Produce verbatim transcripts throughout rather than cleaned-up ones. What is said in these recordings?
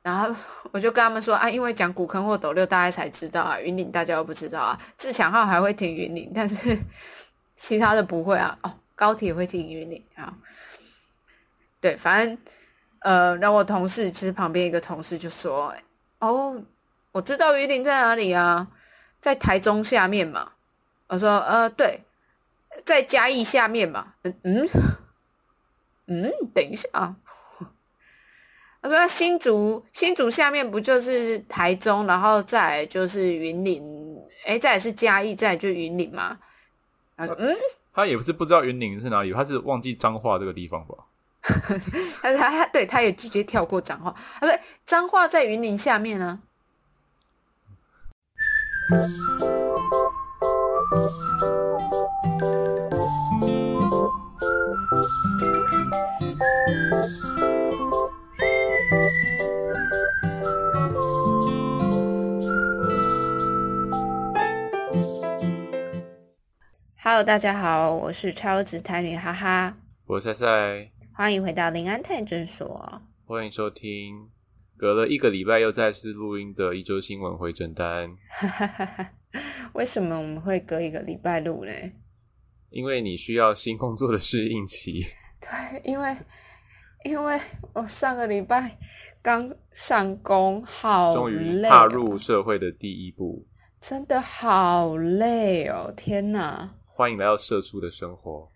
然后我就跟他们说啊，因为讲古坑或斗六大家才知道啊，云林大家又不知道啊，自强号还会停云林，但是其他的不会啊。哦，高铁会停云林啊。对，反正呃，让我同事其实旁边一个同事就说，哦，我知道云林在哪里啊，在台中下面嘛。我说呃，对，在嘉义下面嘛。嗯嗯嗯，等一下啊。他说新竹新竹下面不就是台中，然后再来就是云林，哎，再来是嘉义，再来就云林嘛。他说嗯， 他也不是不知道云林是哪里，他是忘记彰化这个地方吧。 他他他对他也直接跳过彰化。他说彰化在云林下面呢、Hello， 大家好，我是超直台女哈哈， 我是赛赛， 欢迎回到林安泰诊所， 欢迎收听隔了一个礼拜又再次录音的一周新闻回诊单。 为什么我们会隔一个礼拜录呢？ 因为你需要新工作的适应期。 对，因为因为我上个礼拜刚上工，好累、哦， 终于踏入社会的第一步， 真的好累哦！天哪， 欢迎来到社畜的生活。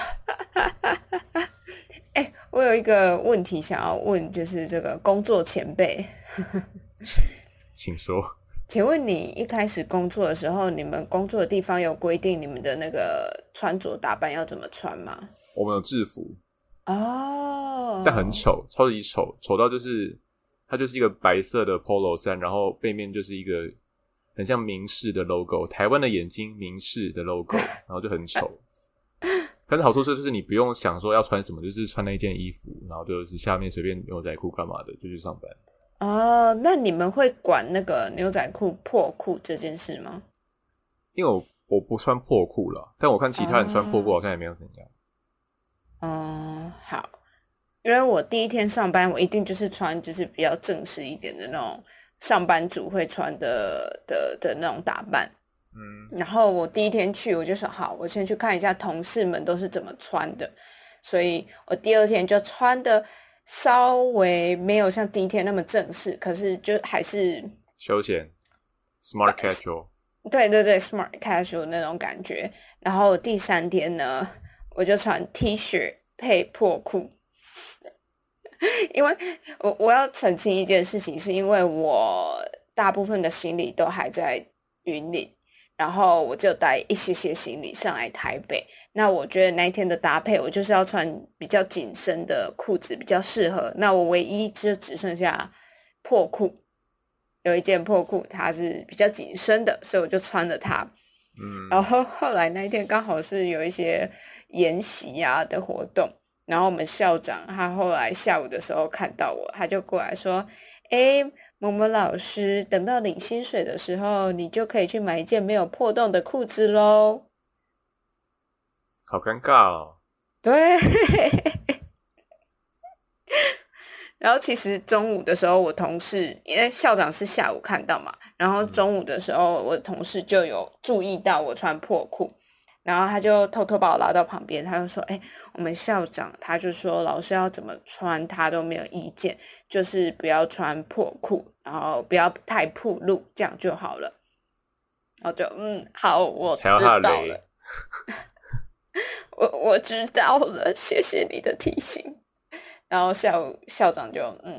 哎、欸，我有一个问题想要问，就是这个工作前辈， 请说。 请问你一开始工作的时候，你们工作的地方有规定你们的那个穿着打扮要怎么穿吗？ 我们有制服哦， 但很丑，超级丑，丑到就是它就是一个白色的 polo 衫，然后背面就是一个很像明视的 logo， 台湾的眼睛明视的 logo， 然后就很丑。但是好处是就是你不用想说要穿什么，就是穿那件衣服，然后就是下面随便牛仔裤干嘛的就去上班。 哦，那你们会管那个牛仔裤破裤这件事吗？ 因为我我不穿破裤啦，但我看其他人穿破裤好像也没有怎样。 哦、嗯，好，因为我第一天上班，我一定就是穿就是比较正式一点的那种上班族会穿的的的那种打扮。嗯，然后我第一天去，我就说好，我先去看一下同事们都是怎么穿的，所以我第二天就穿的稍微没有像第一天那么正式，可是就还是休闲 smart casual， 对对对 smart casual 那种感觉。然后第三天呢，我就穿 T 恤配破裤，因为我我要澄清一件事情，是因为我大部分的行李都还在云林，然后我就带一些些行李上来台北。那我觉得那一天的搭配，我就是要穿比较紧身的裤子比较适合。那我唯一就只剩下破裤，有一件破裤它是比较紧身的，所以我就穿了它。嗯，然后后来那一天刚好是有一些研习啊的活动，然后我们校长他后来下午的时候看到我，他就过来说：“诶，某某老师，等到领薪水的时候，你就可以去买一件没有破洞的裤子咯。” 好尴尬哦。 对。然后其实中午的时候，我同事因为校长是下午看到嘛，然后中午的时候，我的同事就有注意到我穿破裤，然后他就偷偷把我拉到旁边，他就说：“哎、欸，我们校长他就说老师要怎么穿他都没有意见，就是不要穿破裤，然后不要太暴露，这样就好了。”然后就嗯好，我知道了。我我知道了，谢谢你的提醒。然后校校长就嗯，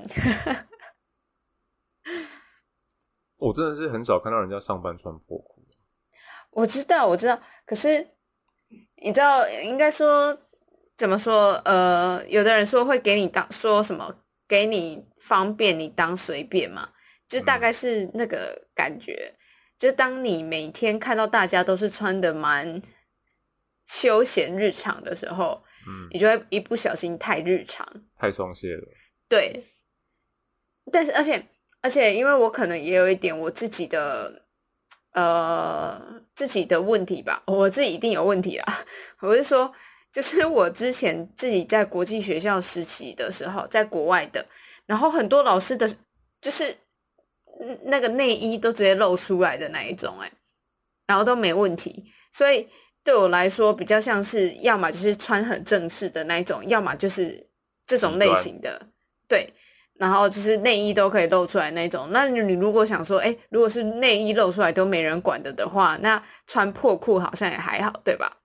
我真的是很少看到人家上班穿破裤。 我知道，我知道，可是你知道，应该说怎么说？呃，有的人说会给你当说什么，给你方便，你当随便嘛，就大概是那个感觉。嗯、就当你每天看到大家都是穿的蛮休闲日常的时候。嗯，你就会一不小心太日常， 太松懈了。 对，但是而且而且，因为我可能也有一点我自己的呃自己的问题吧，我自己一定有问题啦。我是说，就是我之前自己在国际学校实习的时候，在国外的，然后很多老师的就是那个内衣都直接露出来的那一种哎、欸，然后都没问题，所以对我来说比较像是要么就是穿很正式的那一种，要么就是这种类型的，对，然后就是内衣都可以露出来那种。那你如果想说，哎，如果是内衣露出来都没人管的的话，那穿破裤好像也还好，对吧？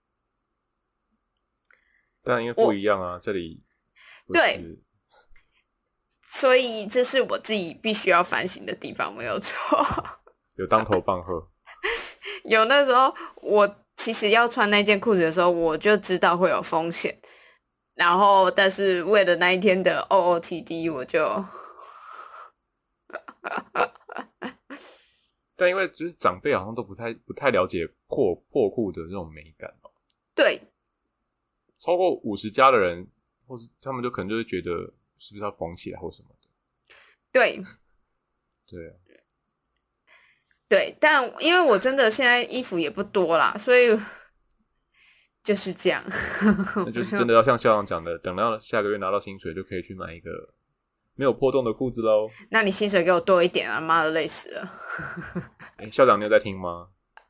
但因为不一样啊，这里不是对，所以这是我自己必须要反省的地方，没有错。 有当头棒喝。 有那时候我其实要穿那件裤子的时候，我就知道会有风险，然后但是为了那一天的 O O T D， 我就但因为就是长辈好像都不太不太了解破破裤的这种美感哦。 对， 超过五十加的人，或是他们就可能就会觉得是不是要缝起来或什么的。 对， 对啊， 对，但因为我真的现在衣服也不多啦，所以就是这样。 那就是真的要像校长讲的，等到下个月拿到薪水就可以去买一个没有破洞的裤子咯。 那你薪水给我多一点啊，妈的累死了。 欸，校长你有在听吗？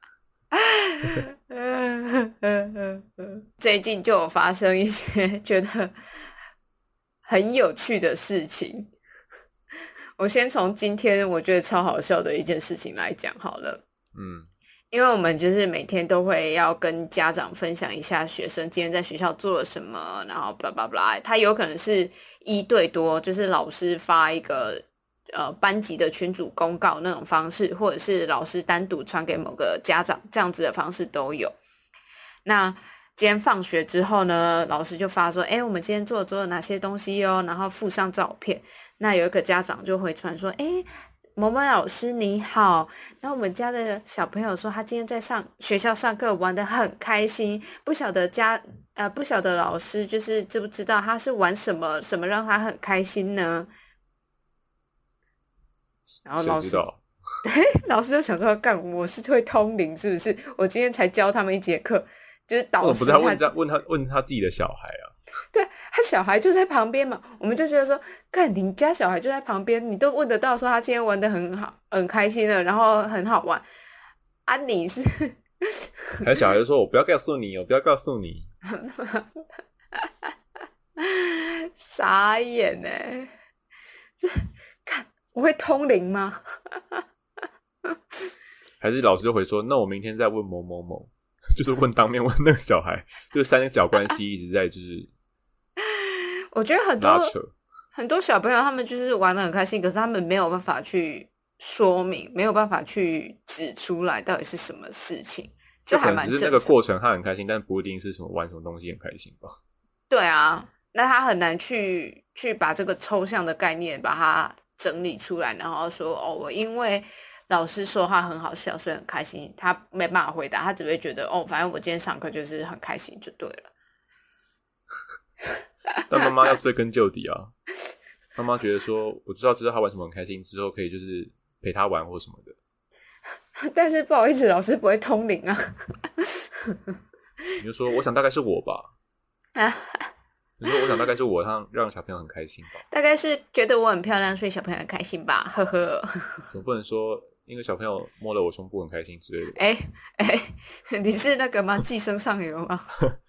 最近就有发生一些觉得很有趣的事情。我先从今天我觉得超好笑的一件事情来讲好了。 嗯， 因为我们就是每天都会要跟家长分享一下学生今天在学校做了什么，然后 blah blah blah， 他有可能是一对多，就是老师发一个呃班级的群组公告那种方式，或者是老师单独传给某个家长，这样子的方式都有。那今天放学之后呢，老师就发说，诶，我们今天做了做了哪些东西哦，然后附上照片。那有一个家长就会传说，诶，某某老师你好，那我们家的小朋友说他今天在上学校上课玩得很开心，不晓得家呃不晓得老师就是知不知道他是玩什么什么让他很开心呢？然后老师对老师就想说，干我是会通灵是不是？我今天才教他们一节课，就是导师不是他问他问他问他自己的小孩啊？ 对，他小孩就在旁边嘛，我们就觉得说，看你家小孩就在旁边，你都问得到说他今天玩得很好，很开心了，然后很好玩啊，你是还有小孩就说我不要告诉你，我不要告诉你， 傻眼欸，看我会通灵吗？ 还是老师就回说，那我明天再问某某某，就是问当面问那个小孩，就是三角关系一直在就是我觉得很多拉扯， 很多小朋友他们就是玩得很开心，可是他们没有办法去说明，没有办法去指出来到底是什么事情，就还蛮正常。 只是那个过程他很开心，但不一定是什么玩什么东西很开心吧？ 对啊，那他很难去去把这个抽象的概念把它整理出来，然后说哦，我因为老师说话很好笑，所以很开心。他没办法回答，他只会觉得哦，反正我今天上课就是很开心就对了。 但妈妈要追根究底啊，妈妈觉得说，我知道知道他玩什么很开心，之后可以就是陪他玩或什么的。 但是不好意思，老师不会通灵啊。 你就说，我想大概是我吧。啊，你说我想大概是我让让小朋友很开心吧。 大概是觉得我很漂亮，所以小朋友很开心吧，呵呵。 总不能说因为小朋友摸了我胸部很开心之类的。 哎哎，你是那个吗？寄生上流吗？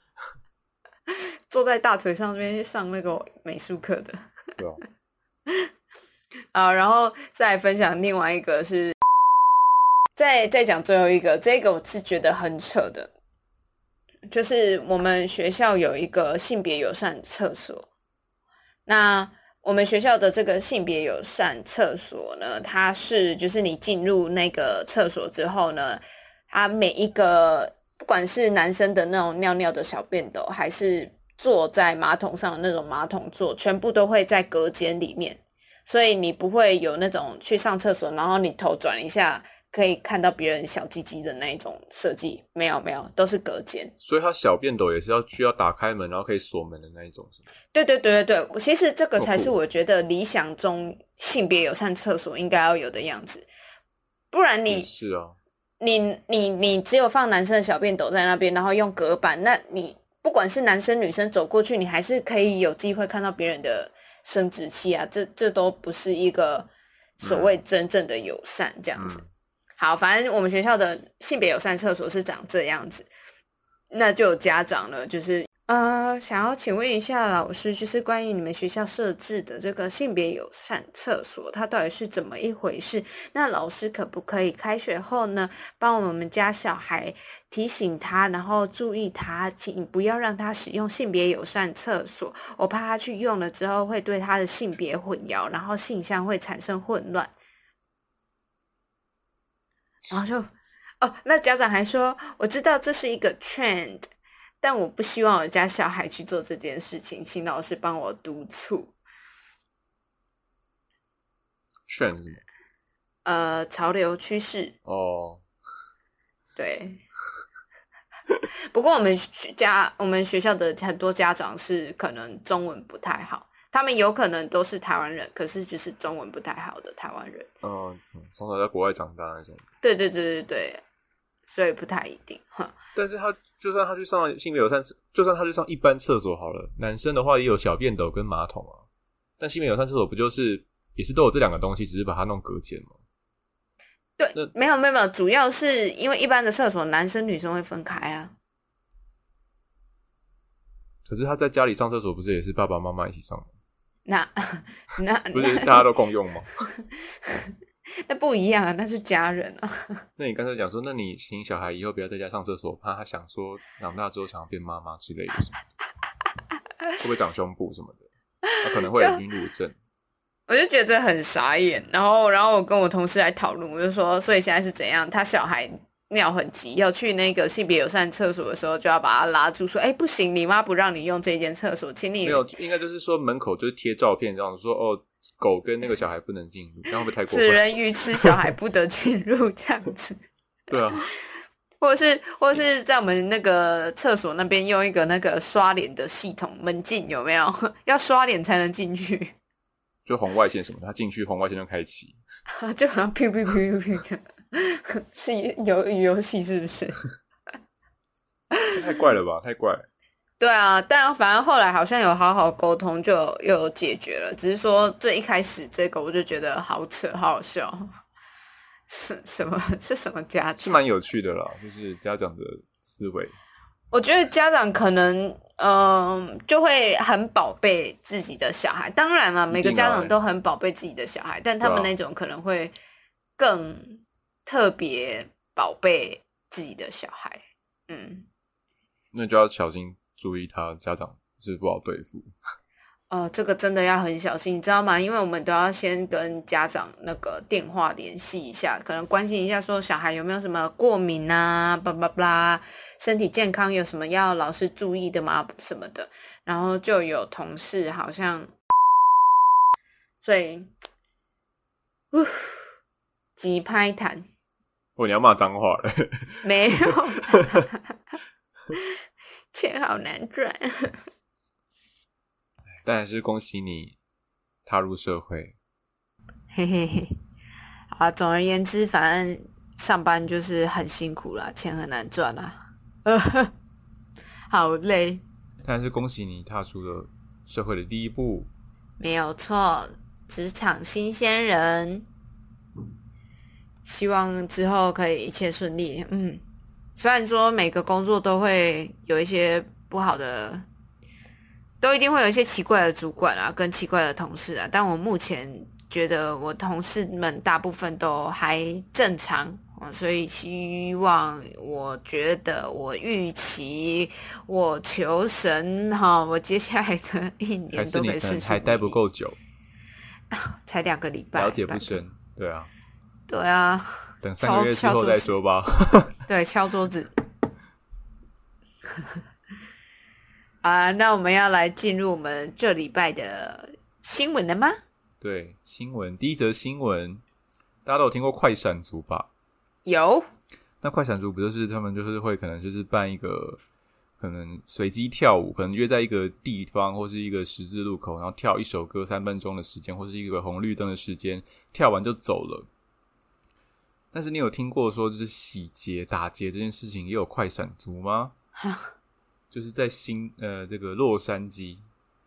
坐在大腿上这边上那个美术课的。 对啊。 啊，然后再来分享另外一个是，再再讲最后一个，这个我是觉得很扯的，就是我们学校有一个性别友善厕所。那我们学校的这个性别友善厕所呢，它是就是你进入那个厕所之后呢，它每一个不管是男生的那种尿尿的小便斗，还是坐在马桶上的那种马桶座，全部都会在隔间里面，所以你不会有那种去上厕所然后你头转一下可以看到别人小鸡鸡的那一种设计，没有没有，都是隔间。 所以他小便斗也是要需要打开门然后可以锁门的那一种是吗？ 对对对对对，其实这个才是我觉得理想中性别友善厕所应该要有的样子，不然你是啊， 你你你只有放男生的小便斗在那边，然后用隔板，那你不管是男生女生走过去，你还是可以有机会看到别人的生殖器啊，这这都不是一个所谓真正的友善这样子。嗯、好，反正我们学校的性别友善厕所是长这样子。那就有家长了，就是呃，想要请问一下老师，就是关于你们学校设置的这个性别友善厕所，它到底是怎么一回事？那老师可不可以开学后呢，帮我们家小孩提醒他，然后注意他，请不要让他使用性别友善厕所，我怕他去用了之后会对他的性别混淆，然后性向会产生混乱。然后就哦，那家长还说，我知道这是一个 trend， 但我不希望我家小孩去做这件事情，请老师帮我督促。 trend 呃，潮流趋势哦， 对。不过我们家我们学校的很多家长是可能中文不太好，他们有可能都是台湾人，可是就是中文不太好的台湾人。 嗯，从小在国外长大那种。 对对对对对。所以不太一定， 但是他就算他去上性别友善，就算他去上一般厕所好了，男生的话也有小便斗跟马桶啊。但性别友善厕所不就是也是都有这两个东西，只是把它弄隔间吗？ 对，没有没有没有，主要是因为一般的厕所男生女生会分开啊。 可是他在家里上厕所不是也是爸爸妈妈一起上吗？ 那那不是大家都共用吗？ 那不一样啊，那是家人啊。 那你刚才讲说，那你请小孩以后不要在家上厕所，怕他想说长大之后想要变妈妈之类的什么的，会不会长胸部什么的？他可能会有孕乳症。 我就觉得很傻眼，然后然后我跟我同事来讨论，我就说，所以现在是怎样？他小孩尿很急，要去那个性别友善厕所的时候，就要把他拉住，说：“哎、欸，不行，你妈不让你用这间厕所，请你。” 没有，应该就是说门口就是贴照片，这样说哦。狗跟那个小孩不能进入，这样会不会太过分？ 此人愚痴，小孩不得进入，这样子。 对啊， 或者是，或者是在我们那个厕所那边用一个那个刷脸的系统门禁，有没有？要刷脸才能进去。 就红外线什么的，他进去红外线就开启， 就好像噗噗噗噗噗的，是游游戏是不是？ 太怪了吧，太怪了。 对啊，但反正后来好像有好好沟通，就有又有解决了。只是说最一开始这个，我就觉得好扯，好好笑。是什么？是什么家长？ 是蛮有趣的啦，就是家长的思维。 我觉得家长可能嗯、呃，就会很宝贝自己的小孩。当然了，每个家长都很宝贝自己的小孩，但他们那种可能会更特别宝贝自己的小孩。嗯， 那就要小心。注意他家长是不好对付哦，这个真的要很小心，你知道吗？因为我们都要先跟家长那个电话联系一下，可能关心一下说小孩有没有什么过敏啊，巴拉巴拉，身体健康有什么要老师注意的吗？什么的。然后就有同事好像，所以，呜，急拍谈。 哦，你要骂脏话了？ 没有。钱好难赚。 但还是恭喜你踏入社会。 嘿嘿嘿，啊，总而言之，反正上班就是很辛苦啦，钱很难赚啦，呃，好累。 但还是恭喜你踏出了社会的第一步。 没有错，职场新鲜人，希望之后可以一切顺利。嗯。虽然说每个工作都会有一些不好的，都一定会有一些奇怪的主管啊，跟奇怪的同事啊，但我目前觉得我同事们大部分都还正常，所以希望，我觉得，我预期，我求神哈，我接下来的一年都可以顺顺利利。还是你可能还待不够久， 才两个礼拜， 了解不深，对啊， 对啊。 等三个月之后再说吧。 对，敲桌子。啊，那我们要来进入我们这礼拜的新闻了吗？ 对，新闻第一则新闻，大家都有听过快闪族吧？ 有。 那快闪族不就是他们就是会可能就是办一个可能随机跳舞，可能约在一个地方或是一个十字路口，然后跳一首歌三分钟的时间，或是一个红绿灯的时间，跳完就走了。但是你有听过说就是洗劫打劫这件事情也有快闪族吗？就是在新呃这个洛杉矶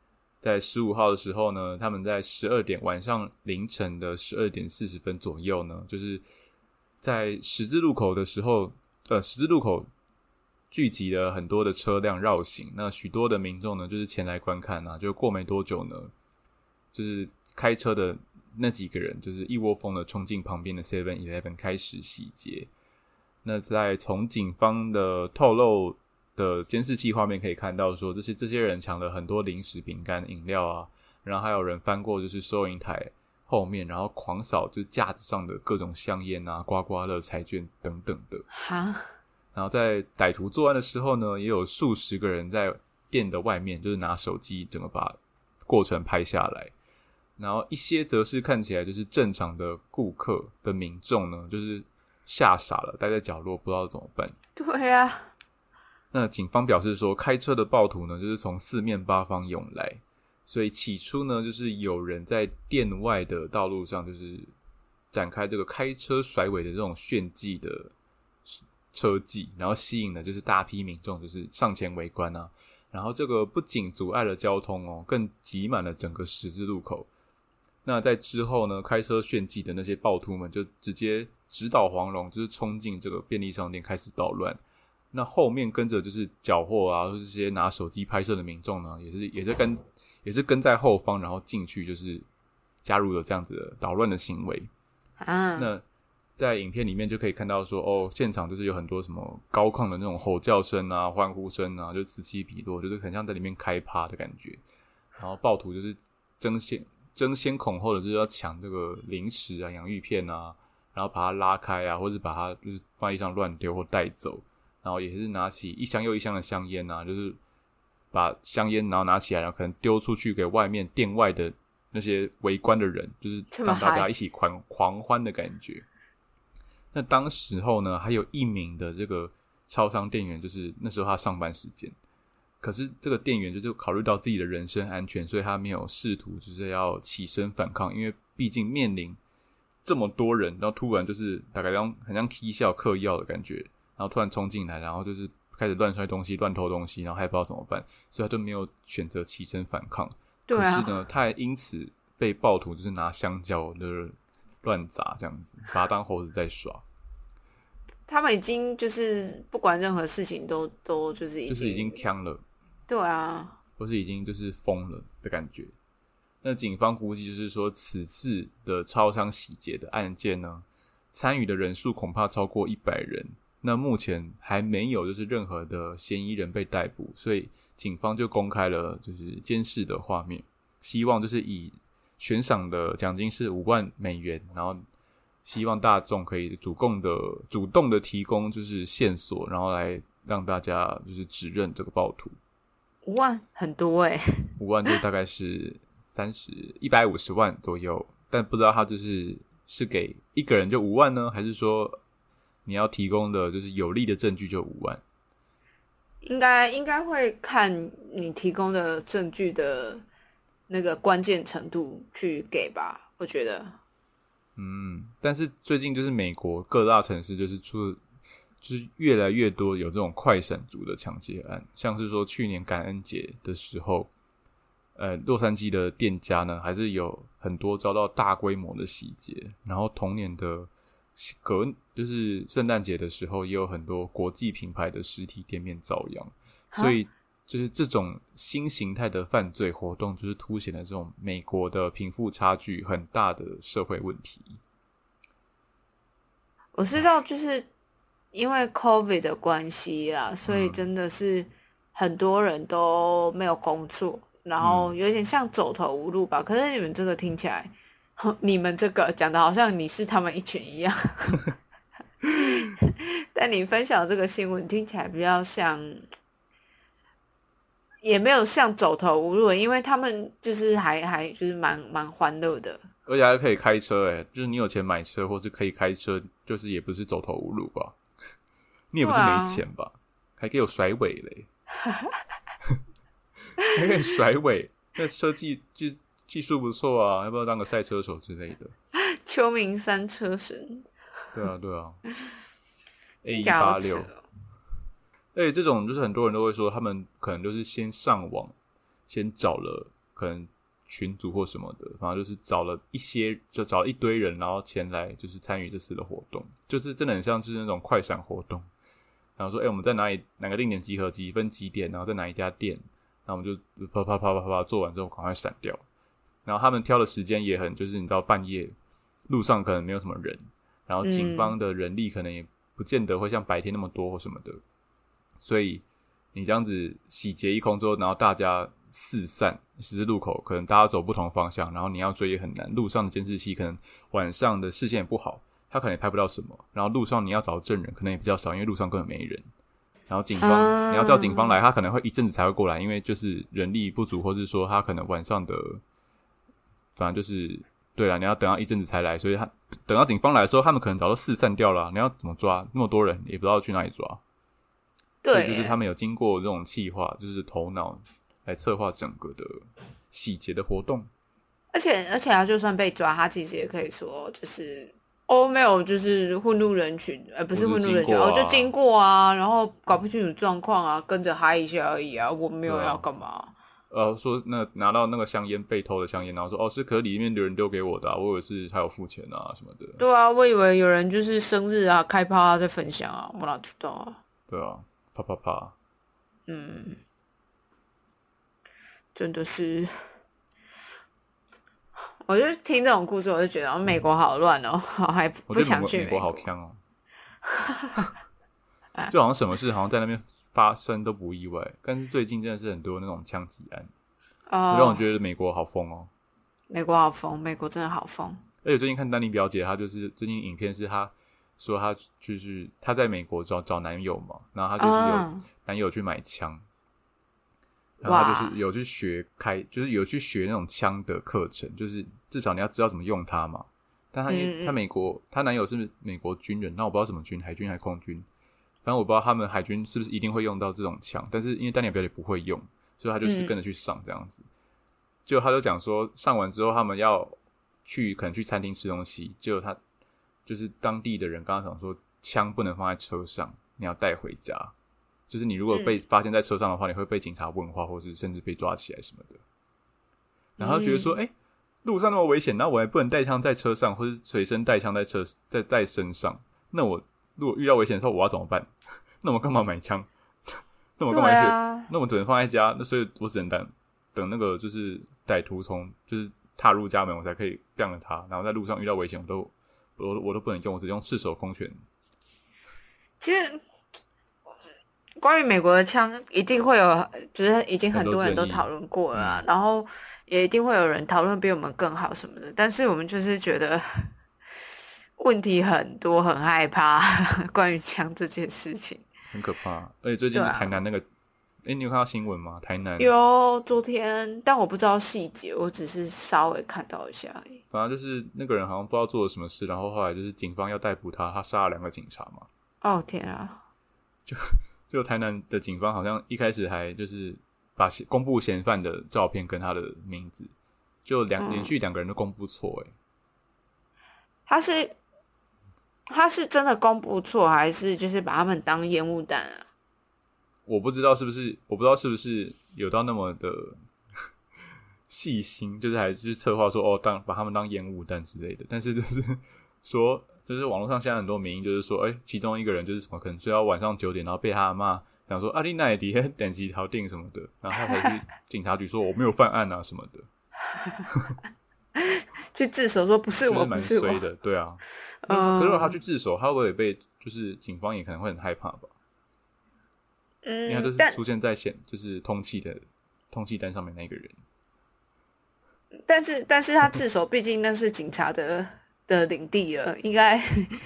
在十五号的时候呢，他们在十二点晚上凌晨的十二点四十分左右呢，就是在十字路口的时候，呃，十字路口聚集了很多的车辆绕行，那许多的民众呢，就是前来观看啊，就过没多久呢，就是开车的那几个人，就是一窝蜂的冲进旁边的 seven eleven 开始洗劫。那在从警方的透露的监视器画面可以看到说，这些这些人抢了很多零食、饼干、饮料啊，然后还有人翻过就是收银台后面，然后狂扫就是架子上的各种香烟啊、刮刮乐、彩券等等的。 哈， 然后在歹徒作案的时候呢，也有数十个人在店的外面，就是拿手机整个把过程拍下来。然后一些则是看起来就是正常的顾客的民众呢，就是吓傻了，待在角落不知道怎么办。 对啊。 那警方表示说，开车的暴徒呢，就是从四面八方涌来，所以起初呢，就是有人在店外的道路上，就是展开这个开车甩尾的这种炫技的车技，然后吸引了就是大批民众就是上前围观啊。然后这个不仅阻碍了交通哦，更挤满了整个十字路口。那在之后呢，开车炫技的那些暴徒们就直接直捣黄龙，就是冲进这个便利商店开始捣乱。那后面跟着就是缴货啊，或是这些拿手机拍摄的民众呢，也是也是跟也是跟在后方，然后进去就是加入了这样子的捣乱的行为啊。 那在影片里面就可以看到说，哦，现场就是有很多什么高亢的那种吼叫声啊、欢呼声啊，就此起彼落，就是很像在里面开趴的感觉。然后暴徒就是争先争先恐后的就是要抢这个零食啊、洋芋片啊，然后把它拉开啊，或者把它就是放在地上乱丢或带走。然后也是拿起一箱又一箱的香烟啊，就是把香烟然后拿起来，然后可能丢出去给外面店外的那些围观的人，就是让大家一起狂狂欢的感觉。那当时候呢，还有一名的这个超商店员，就是那时候他上班时间，可是这个店员就是考虑到自己的人身安全，所以他没有试图就是要起身反抗，因为毕竟面临这么多人，然后突然就是大概像很像踢笑嗑药的感觉。然后突然冲进来，然后就是开始乱摔东西、乱偷东西，然后还不知道怎么办，所以他就没有选择起身反抗。 对啊。 可是呢，他还因此被暴徒就是拿香蕉就是乱砸，这样子把他当猴子在耍。 他们已经就是不管任何事情都都就是已经就是已经呛了。 对啊， 或是已经就是疯了的感觉。那警方估计就是说，此次的超商洗劫的案件呢，参与的人数恐怕超过一百人。那目前还没有就是任何的嫌疑人被逮捕，所以警方就公开了就是监视的画面，希望就是以悬赏的奖金是五万美元，然后希望大众可以主动的主动的提供就是线索，然后来让大家就是指认这个暴徒。 五万很多欸。 五万就大概是三十一百五十万左右，但不知道他就是是给一个人就五万呢，还是说你要提供的就是有力的证据就五万？ 应该应该会看你提供的证据的那个关键程度去给吧，我觉得。 嗯，但是最近就是美国各大城市就是出就是越来越多有这种快闪族的抢劫案，像是说去年感恩节的时候，呃，洛杉矶的店家呢还是有很多遭到大规模的洗劫，然后同年的隔就是圣诞节的时候，也有很多国际品牌的实体店面遭殃，所以就是这种新形态的犯罪活动，就是凸显了这种美国的贫富差距很大的社会问题。 我知道，就是因为 COVID 的关系啦，所以真的是很多人都没有工作，然后有点像走投无路吧。可是你们这个听起来，你们这个讲的好像你是他们一群一样，但你分享这个新闻听起来比较像。也没有像走投无路，因为他们就是还还就是蛮蛮欢乐的， 而且还可以开车诶，就是你有钱买车或是可以开车，就是也不是走投无路吧？你也不是没钱吧？啊、还可以有甩尾嘞，还可以甩尾，那车技技技术不错啊，要不要当个赛车手之类的？ 秋名山车神， 对啊对啊 ，A 一八六。而且这种就是很多人都会说，他们可能就是先上网，先找了可能群组或什么的，反正就是找了一些，就找了一堆人，然后前来就是参与这次的活动，就是真的很像是那种快闪活动。然后说，哎、欸，我们在哪里哪个定点集合，几分几点，然后在哪一家店，然后我们就啪啪啪啪啪做完之后赶快闪掉。然后他们挑的时间也很，就是你知道半夜路上可能没有什么人，然后警方的人力可能也不见得会像白天那么多或什么的，所以你这样子洗劫一空之后，然后大家四散十字路口，可能大家走不同方向，然后你要追也很难，路上的监视器可能晚上的视线也不好，他可能也拍不到什么，然后路上你要找证人可能也比较少，因为路上根本没人，然后警方、啊、你要叫警方来，他可能会一阵子才会过来，因为就是人力不足，或是说他可能晚上的反正就是对啦，你要等到一阵子才来，所以他等到警方来的时候，他们可能早就四散掉了，你要怎么抓那么多人，也不知道去哪里抓。对，就是他们有经过这种企划，就是头脑来策划整个的细节的活动。 而且而且他就算被抓，他其实也可以说就是哦没有，就是混入人群，呃不是混入人群，我、啊哦、就经过啊，然后搞不清楚状况啊，跟着嗨一下而已啊，我没有要干嘛。 呃，说那拿到那个香烟被偷的香烟，然后说哦是可里面有人丢给我的、啊，我以为是他有付钱啊什么的。 对啊，我以为有人就是生日啊开趴啊在分享啊，我哪知道啊。 对啊，啪啪啪。 嗯，真的是，我就听这种故事，我就觉得美国好乱哦，我还不想去美国。美国好强哦，就好像什么事好像在那边发生都不意外，但是最近真的是很多那种枪击案，哦，让我觉得美国好疯哦。 美国好疯，美国真的好疯。 而且最近看丹妮表姐，她就是最近影片是她说她就是她在美国找找男友嘛，然后她就是有男友去买枪，然后她就是有去学开，就是有去学那种枪的课程，就是至少你要知道怎么用它嘛。但她因为她美国，她男友是美国军人，那我不知道什么军，海军还空军。反正我不知道他们海军是不是一定会用到这种枪，但是因为丹尼尔表姐不会用，所以他就是跟着去上这样子。结果他就讲说，上完之后他们要去可能去餐厅吃东西，结果他就是当地的人刚刚讲说，枪不能放在车上，你要带回家。就是你如果被发现在车上的话，你会被警察问话，或是甚至被抓起来什么的。然后他觉得说，哎、欸，路上那么危险，那我还不能带枪在车上，或是随身带枪在车在在身上，那我。如果遇到危险的时候，我要怎么办？那我干嘛买枪？那我干嘛去？啊、那我只能放在家。那所以我只能等等那个就是歹徒从就是踏入家门，我才可以干了他。然后在路上遇到危险，我都我我都不能用，我只用赤手空拳。 其实关于美国的枪，一定会有，就是已经很多人都讨论过了啦、嗯，然后也一定会有人讨论比我们更好什么的。但是我们就是觉得。问题很多，很害怕关于枪这件事情， 很可怕。而且最近台南那个，哎、啊，你有看到新闻吗？台南有昨天，但我不知道细节，我只是稍微看到一下而已。 反正就是那个人好像不知道做了什么事，然后后来就是警方要逮捕他，他杀了两个警察嘛。 哦天啊！ 就就台南的警方好像一开始还就是把公布嫌犯的照片跟他的名字，就两、嗯、连续两个人都公布错，哎， 他是。他是真的公布错，还是就是把他们当烟雾弹啊？ 我不知道是不是，我不知道是不是有到那么的细心，就是还就是策划说哦，当把他们当烟雾弹之类的。但是就是说，就是网络上现在很多民意就是说，哎、欸，其中一个人就是什么可能睡到晚上九点，然后被他阿嬷讲说啊，你哪里点击条定什么的，然后他才去警察局说我没有犯案啊什么的。 去自首说不是我， 不是我，蛮衰的，对啊。嗯，可是如果他去自首，他会不会被就是警方也可能会很害怕吧？嗯，因为他就是出现在显就是通缉的通缉单上面那个人。 但是，但是他自首，毕竟那是警察的的领地了，应该。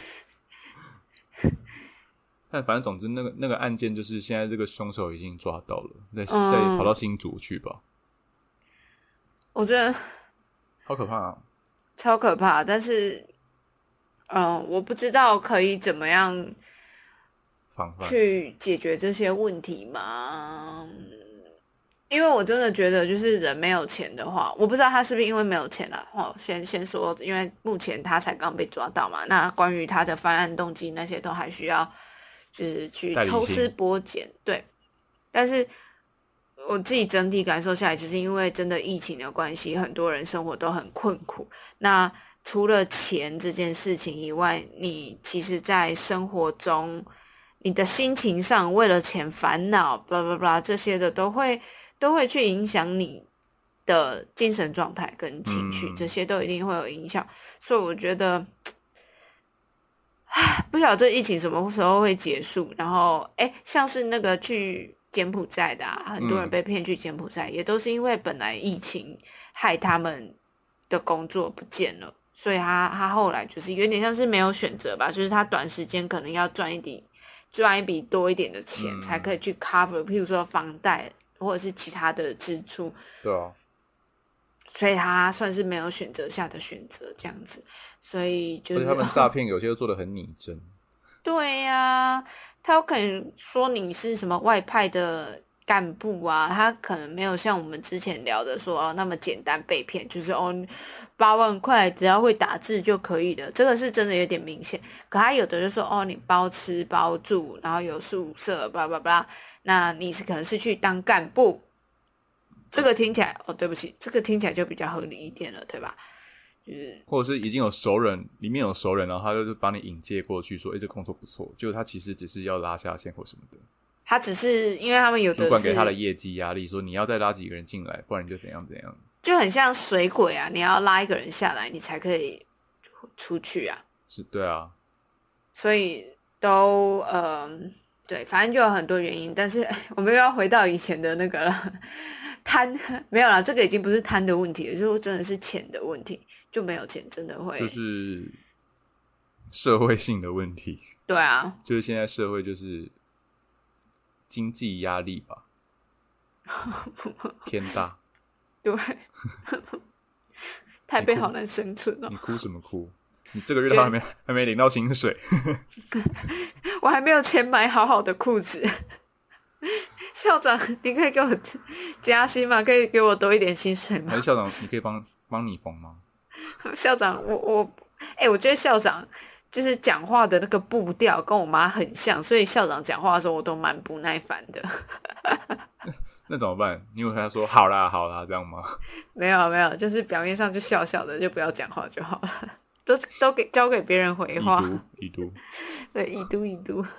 但反正总之，那个那个案件就是现在这个凶手已经抓到了，再再跑到新竹去吧。 我觉得好可怕啊！ 超可怕，但是。嗯，我不知道可以怎么样去解决这些问题嘛？因为我真的觉得，就是人没有钱的话，我不知道他是不是因为没有钱啦。哦，先先说，因为目前他才刚被抓到嘛，那关于他的犯案动机那些都还需要就是去抽丝剥茧，对。但是我自己整体感受下来，就是因为真的疫情的关系，很多人生活都很困苦。那除了钱这件事情以外，你其实在生活中，你的心情上为了钱烦恼，巴拉巴拉这些的，都会都会去影响你的精神状态跟情绪， 嗯这些都一定会有影响。所以我觉得，唉，不晓得这疫情什么时候会结束。然后，诶，像是那个去柬埔寨的啊，很多人嗯被骗去柬埔寨，也都是因为本来疫情害他们的工作不见了，所以他他后来就是有点像是没有选择吧，就是他短时间可能要赚一笔赚一笔多一点的钱， 嗯才可以去 cover，譬如说房贷或者是其他的支出， 对啊， 所以他算是没有选择下的选择这样子，所以就是而且他们诈骗有些都做得很拟真。 对呀、啊，他有可能说你是什么外派的干部啊，他可能没有像我们之前聊的说哦那么简单被骗，就是哦八万块只要会打字就可以的，这个是真的有点明显。可他有的就说哦你包吃包住，然后有宿舍，巴拉巴拉，那你是可能是去当干部，这个听起来哦对不起，这个听起来就比较合理一点了，对吧？就是或者是已经有熟人，里面有熟人，然后他就是把你引介过去，说：“哎、欸，这工作不错。”结果他其实只是要拉下线或什么的。 他只是因为他们有的主管给他的业绩压力，说你要再拉几个人进来，不然你就怎样怎样。 就很像水鬼啊，你要拉一个人下来，你才可以出去啊。 是，对啊。 所以都呃，对，反正就有很多原因。但是我们又要回到以前的那个了，贪没有啦，这个已经不是贪的问题了，就真的是钱的问题，就没有钱真的会就是社会性的问题。 对啊， 就是现在社会就是经济压力吧，偏大。 对，台北好难生存哦。 你哭什么哭？你这个月都还没还没领到薪水， 我还没有钱买好好的裤子。校长，你可以给我加薪吗？可以给我多一点薪水吗？ 还是校长，你可以帮帮你缝吗？ 校长，我我，哎、欸，我觉得校长就是讲话的那个步调跟我妈很像，所以校长讲话的时候我都蛮不耐烦的。 那怎么办？你有跟他说好啦好啦这样吗？ 没有没有，就是表面上就笑笑的，就不要讲话就好了，都都给交给别人回话。 已读已读， 对，已读已读。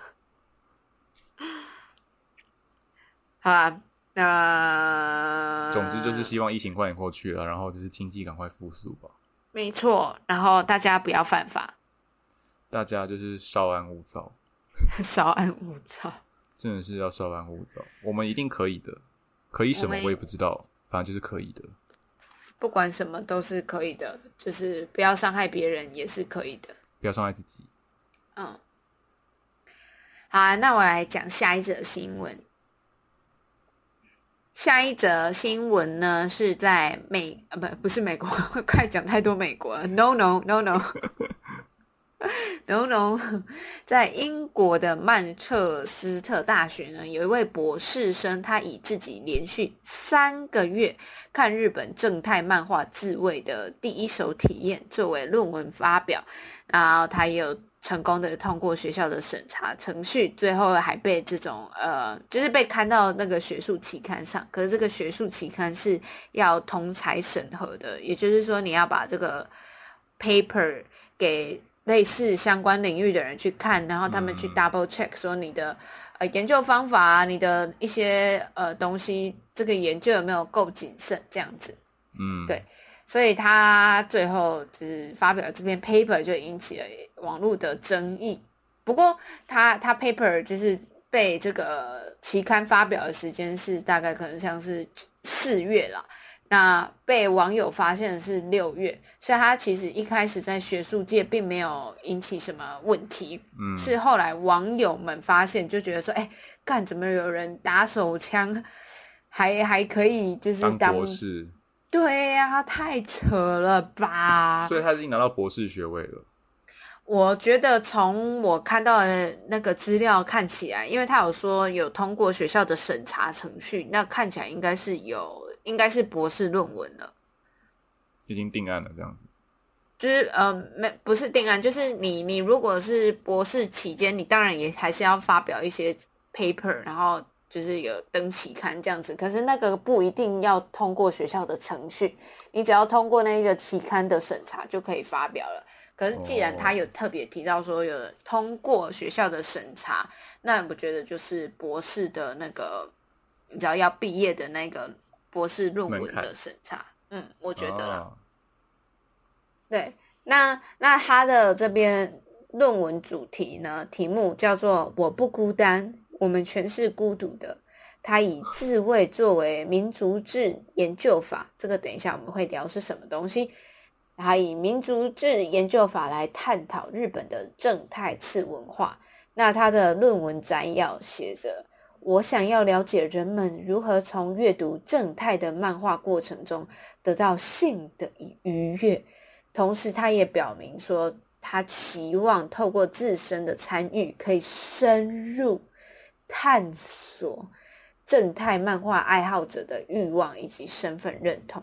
好啦，那总之就是希望疫情快点过去了，然后就是经济赶快复苏吧。 没错，然后大家不要犯法， 大家就是稍安勿躁， 稍安勿躁， 真的是要稍安勿躁。我们一定可以的，可以什么我也不知道，反正就是可以的。 不管什么都是可以的，就是不要伤害别人也是可以的， 不要伤害自己。 嗯，好啊，那我来讲下一则新闻。下一则新闻呢是在美啊不不是美国，快讲太多美国了 ，no no no no no no， 在英国的曼彻斯特大学呢，有一位博士生，他以自己连续三个月看日本正太漫画自慰的第一手体验作为论文发表，然后他也有成功的通过学校的审查程序，最后还被这种呃，就是被刊到那个学术期刊上。可是这个学术期刊是要同才审核的，也就是说你要把这个 paper 给类似相关领域的人去看，然后他们去 double check 说你的呃研究方法啊，你的一些呃东西，这个研究有没有够谨慎这样子。 嗯， 对。所以他最后就是发表这篇 paper 就引起了网络的争议。不过他他 paper 就是被这个期刊发表的时间是大概可能像是四月啦，那被网友发现的是六月，所以他其实一开始在学术界并没有引起什么问题， 嗯， 是后来网友们发现就觉得说，哎，干怎么有人打手枪还还可以就是当当博士。 对呀、啊，太扯了吧！ 所以他已经拿到博士学位了。 我觉得从我看到的那个资料看起来，因为他有说有通过学校的审查程序，那看起来应该是有，应该是博士论文了， 已经定案了这样子。 就是呃，没不是定案，就是你你如果是博士期间，你当然也还是要发表一些 paper，然后就是有登期刊这样子，可是那个不一定要通过学校的程序，你只要通过那个期刊的审查就可以发表了。可是既然他有特别提到说有通过学校的审查，那我觉得就是博士的那个，你知道要毕业的那个博士论文的审查，嗯，我觉得啦。哦、对，那那他的这边论文主题呢，题目叫做"我不孤单，我们全是孤独的"。他以自卫作为民族志研究法，这个等一下我们会聊是什么东西。他以民族志研究法来探讨日本的正太次文化。那他的论文摘要写着：我想要了解人们如何从阅读正太的漫画过程中得到性的愉悦。同时他也表明说，他期望透过自身的参与可以深入探索正太漫画爱好者的欲望以及身份认同。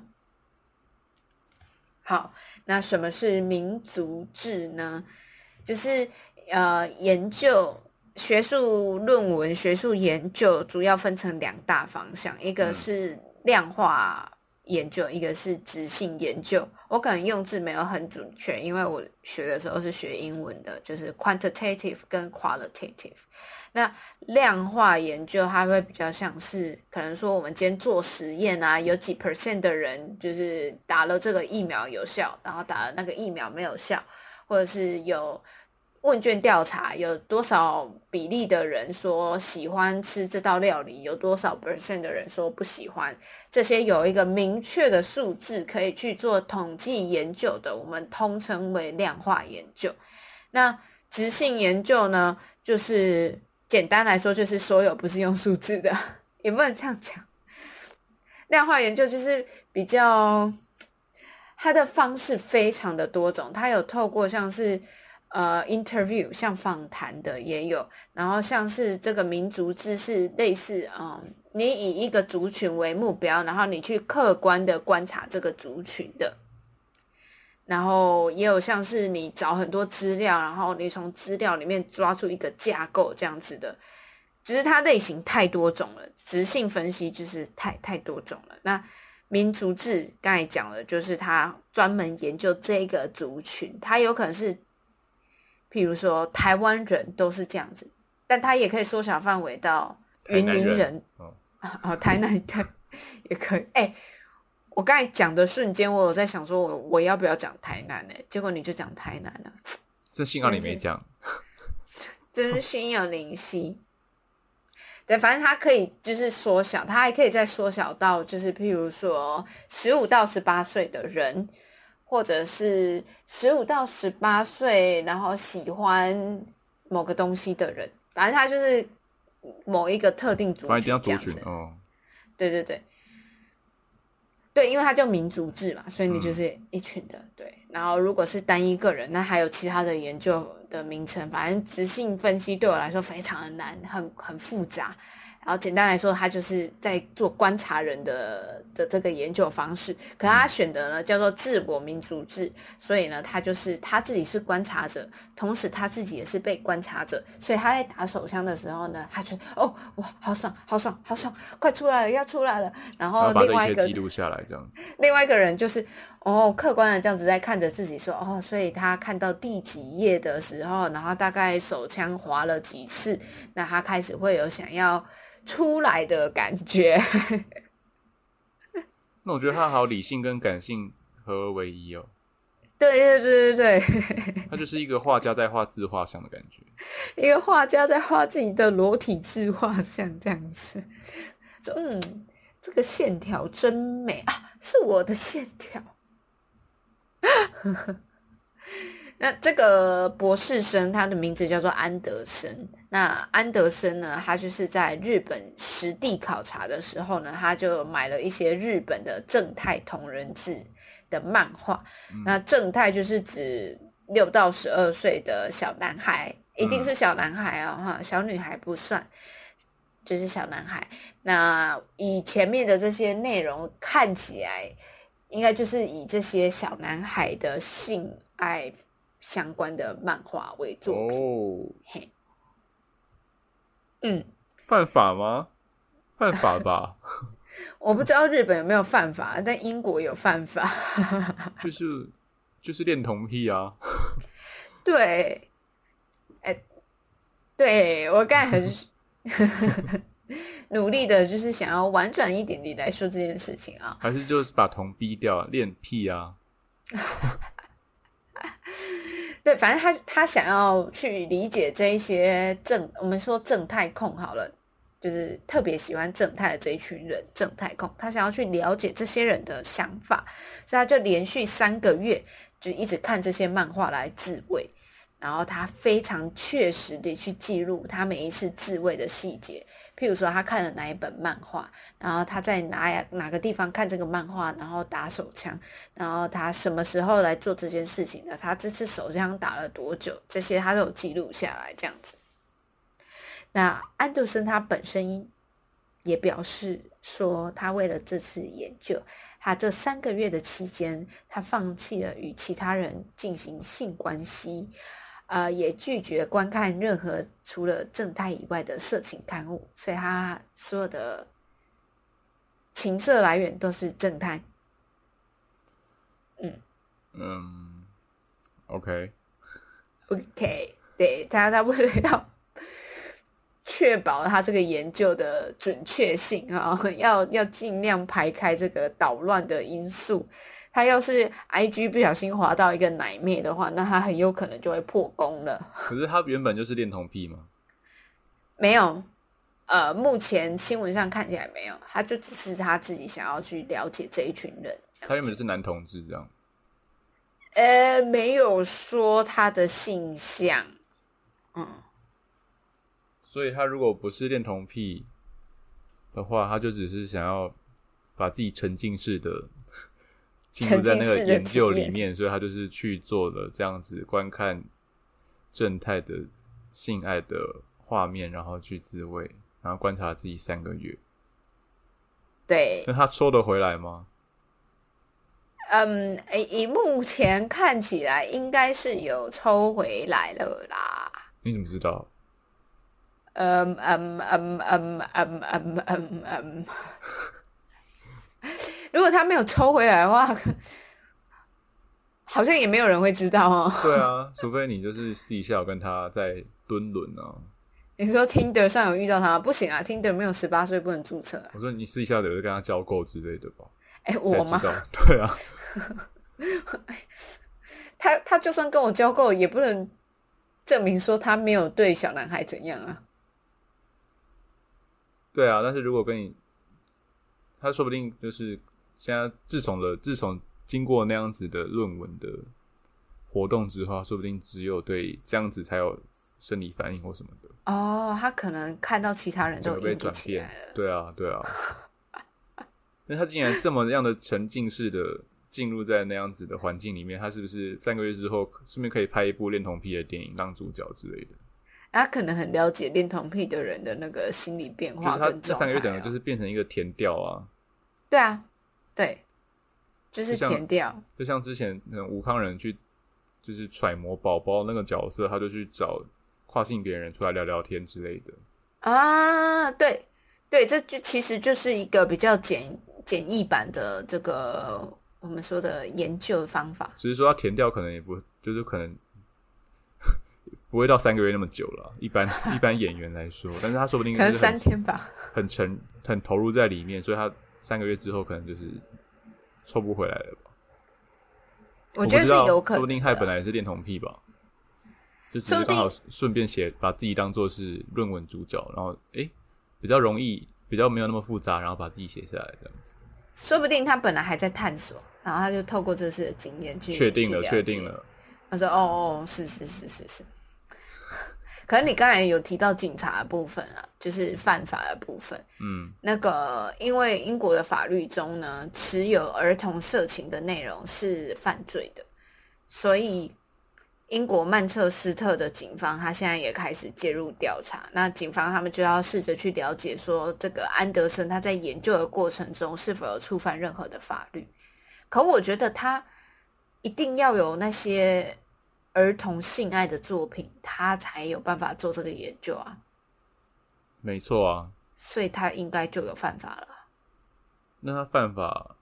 好，那什么是民族志呢？就是呃，研究学术论文、学术研究主要分成两大方向，一个是量化研究，一个是质性研究。我可能用字没有很准确，因为我学的时候是学英文的，就是 quantitative 跟 qualitative。那量化研究它会比较像是可能说我们今天做实验啊，有几 percent 的人就是打了这个疫苗有效，然后打了那个疫苗没有效，或者是有问卷调查，有多少比例的人说喜欢吃这道料理，有多少 percent 的人说不喜欢，这些有一个明确的数字可以去做统计研究的，我们通称为量化研究。那质性研究呢，就是简单来说就是所有不是用数字的，也不能这样讲。量化研究就是比较，它的方式非常的多种，它有透过像是呃 interview 像访谈的也有，然后像是这个民族志是类似嗯，你以一个族群为目标，然后你去客观的观察这个族群的。然后也有像是你找很多资料，然后你从资料里面抓出一个架构这样子的，只是它类型太多种了，质性分析就是太太多种了。那民族志刚才讲了，就是它专门研究这个族群，它有可能是譬如说台湾人都是这样子，但它也可以缩小范围到云林人，人哦, 哦，台南对也可以。哎、欸，我刚才讲的瞬间，我有在想说我我要不要讲台南呢、欸？结果你就讲台南了， 这幸好你没讲， 真是心有灵犀。对，反正它可以就是缩小，它还可以再缩小到就是譬如说十五到十八岁的人，或者是十五到十八岁然后喜欢某个东西的人，反正它就是某一个特定族群这样子。族群哦，对对对。对，因为它叫民族志嘛，所以你就是一群的、嗯、对。然后如果是单一个人，那还有其他的研究的名称，反正质性分析对我来说非常的难，很很复杂。然后简单来说，他就是在做观察人的的这个研究方式，可他选的呢叫做自我民族志，所以呢他就是他自己是观察者，同时他自己也是被观察者，所以他在打手枪的时候呢，他就哦哇好爽好爽好爽，快出来了要出来了，然后另外一个把这一切记录下来这样子， 另外一个人就是哦客观的这样子在看着自己说哦，所以他看到第几页的时候，然后大概手枪滑了几次，那他开始会有想要出来的感觉。 那我觉得他好理性跟感性合而为一哦。 对对对对对， 他就是一个画家在画自画像的感觉， 一个画家在画自己的裸体自画像这样子。嗯，这个线条真美啊，是我的线条。那这个博士生他的名字叫做安德森，那安德森呢，他就是在日本实地考察的时候呢，他就买了一些日本的正太同人志的漫画、嗯、那正太就是指六到十二岁的小男孩，一定是小男孩哦、嗯、小女孩不算，就是小男孩。那以前面的这些内容看起来应该就是以这些小男孩的性爱相关的漫画为作品。哦，嘿，嗯， 犯法吗？ 犯法吧？ 我不知道日本有没有犯法，但英国有犯法。 就是就是恋童癖啊。 对，哎、欸，对我刚才很努力的，就是想要婉转一点点来说这件事情啊。 还是就是把童逼掉，恋癖啊。 对，反正他他想要去理解这一些正，我们说正太控好了，就是特别喜欢正太的这一群人，正太控，他想要去了解这些人的想法，所以他就连续三个月就一直看这些漫画来自慰，然后他非常确实的去记录他每一次自慰的细节。譬如说他看了哪一本漫画，然后他在哪哪个地方看这个漫画，然后打手枪，然后他什么时候来做这件事情的，他这次手枪打了多久，这些他都有记录下来这样子。那安德森他本身也表示说，他为了这次研究，他这三个月的期间，他放弃了与其他人进行性关系，呃，也拒绝观看任何除了正太以外的色情刊物，所以他所有的情色来源都是正太。嗯嗯 ，OK OK， 对，他他为了要确保他这个研究的准确性啊，要要尽量排开这个捣乱的因素。他要是 I G 不小心滑到一个奶妹的话，那他很有可能就会破功了。 可是他原本就是恋童癖吗？ 没有，呃，目前新闻上看起来没有，他就只是他自己想要去了解这一群人。 他原本就是男同志这样。 呃，没有说他的性向，嗯。 所以他如果不是恋童癖的话，他就只是想要把自己沉浸式的进入在那个研究里面，所以他就是去做了这样子观看正太的性爱的画面，然后去自慰，然后观察自己三个月。 对， 那他收得回来吗？ 嗯，以目前看起来应该是有抽回来了啦。 你怎么知道？ 嗯嗯嗯嗯嗯嗯嗯嗯，如果他没有抽回来的话，好像也没有人会知道哦。 对啊，除非你就是私底下有跟他在蹲轮啊。 你说 Tinder 上有遇到他？不行啊 ，Tinder 没有十八岁不能注册、啊。 我说你私底下有跟他交够之类的吧？ 哎、欸，我吗？ 对啊， 他他就算跟我交够，也不能证明说他没有对小男孩怎样啊。 对啊，但是如果跟你，他说不定就是现在自从了自从经过那样子的论文的活动之后，说不定只有对这样子才有生理反应或什么的。 哦，他可能看到其他人都被转变，对啊，对啊。那他竟然这么样的沉浸式的进入在那样子的环境里面，他是不是三个月之后顺便可以拍一部恋童癖的电影当主角之类的？ 他可能很了解恋童癖的人的那个心理变化跟状态、啊、 就是他这三个月整个就是变成一个填调啊。 对啊，对，就是填调。 就像之前吴康仁去就是揣摩宝宝那个角色，他就去找跨性别人出来聊聊天之类的啊。对对，这就其实就是一个比较简简易版的这个我们说的研究方法。 只是说他填调可能也不就是可能不会到三个月那么久了，一般一般演员来说，但是他说不定可能三天吧， 很沉很投入在里面，所以他三个月之后可能就是抽不回来了吧。 我觉得是有可能， 说不定他本来也是恋童癖吧，就只是刚好顺便写把自己当作是论文主角，然后哎、欸、比较容易，比较没有那么复杂，然后把自己写下来这样子。 说不定他本来还在探索，然后他就透过这次的经验去确定了，确定了。 他说：“哦哦，是是是是是。”可能你刚才有提到警察的部分啊，就是犯法的部分。 嗯， 那个因为英国的法律中呢，持有儿童色情的内容是犯罪的，所以英国曼彻斯特的警方他现在也开始介入调查。那警方他们就要试着去了解说，这个安德森他在研究的过程中是否有触犯任何的法律。可我觉得他一定要有那些儿童性爱的作品，他才有办法做这个研究啊。 没错啊， 所以他应该就有犯法了。 那他犯法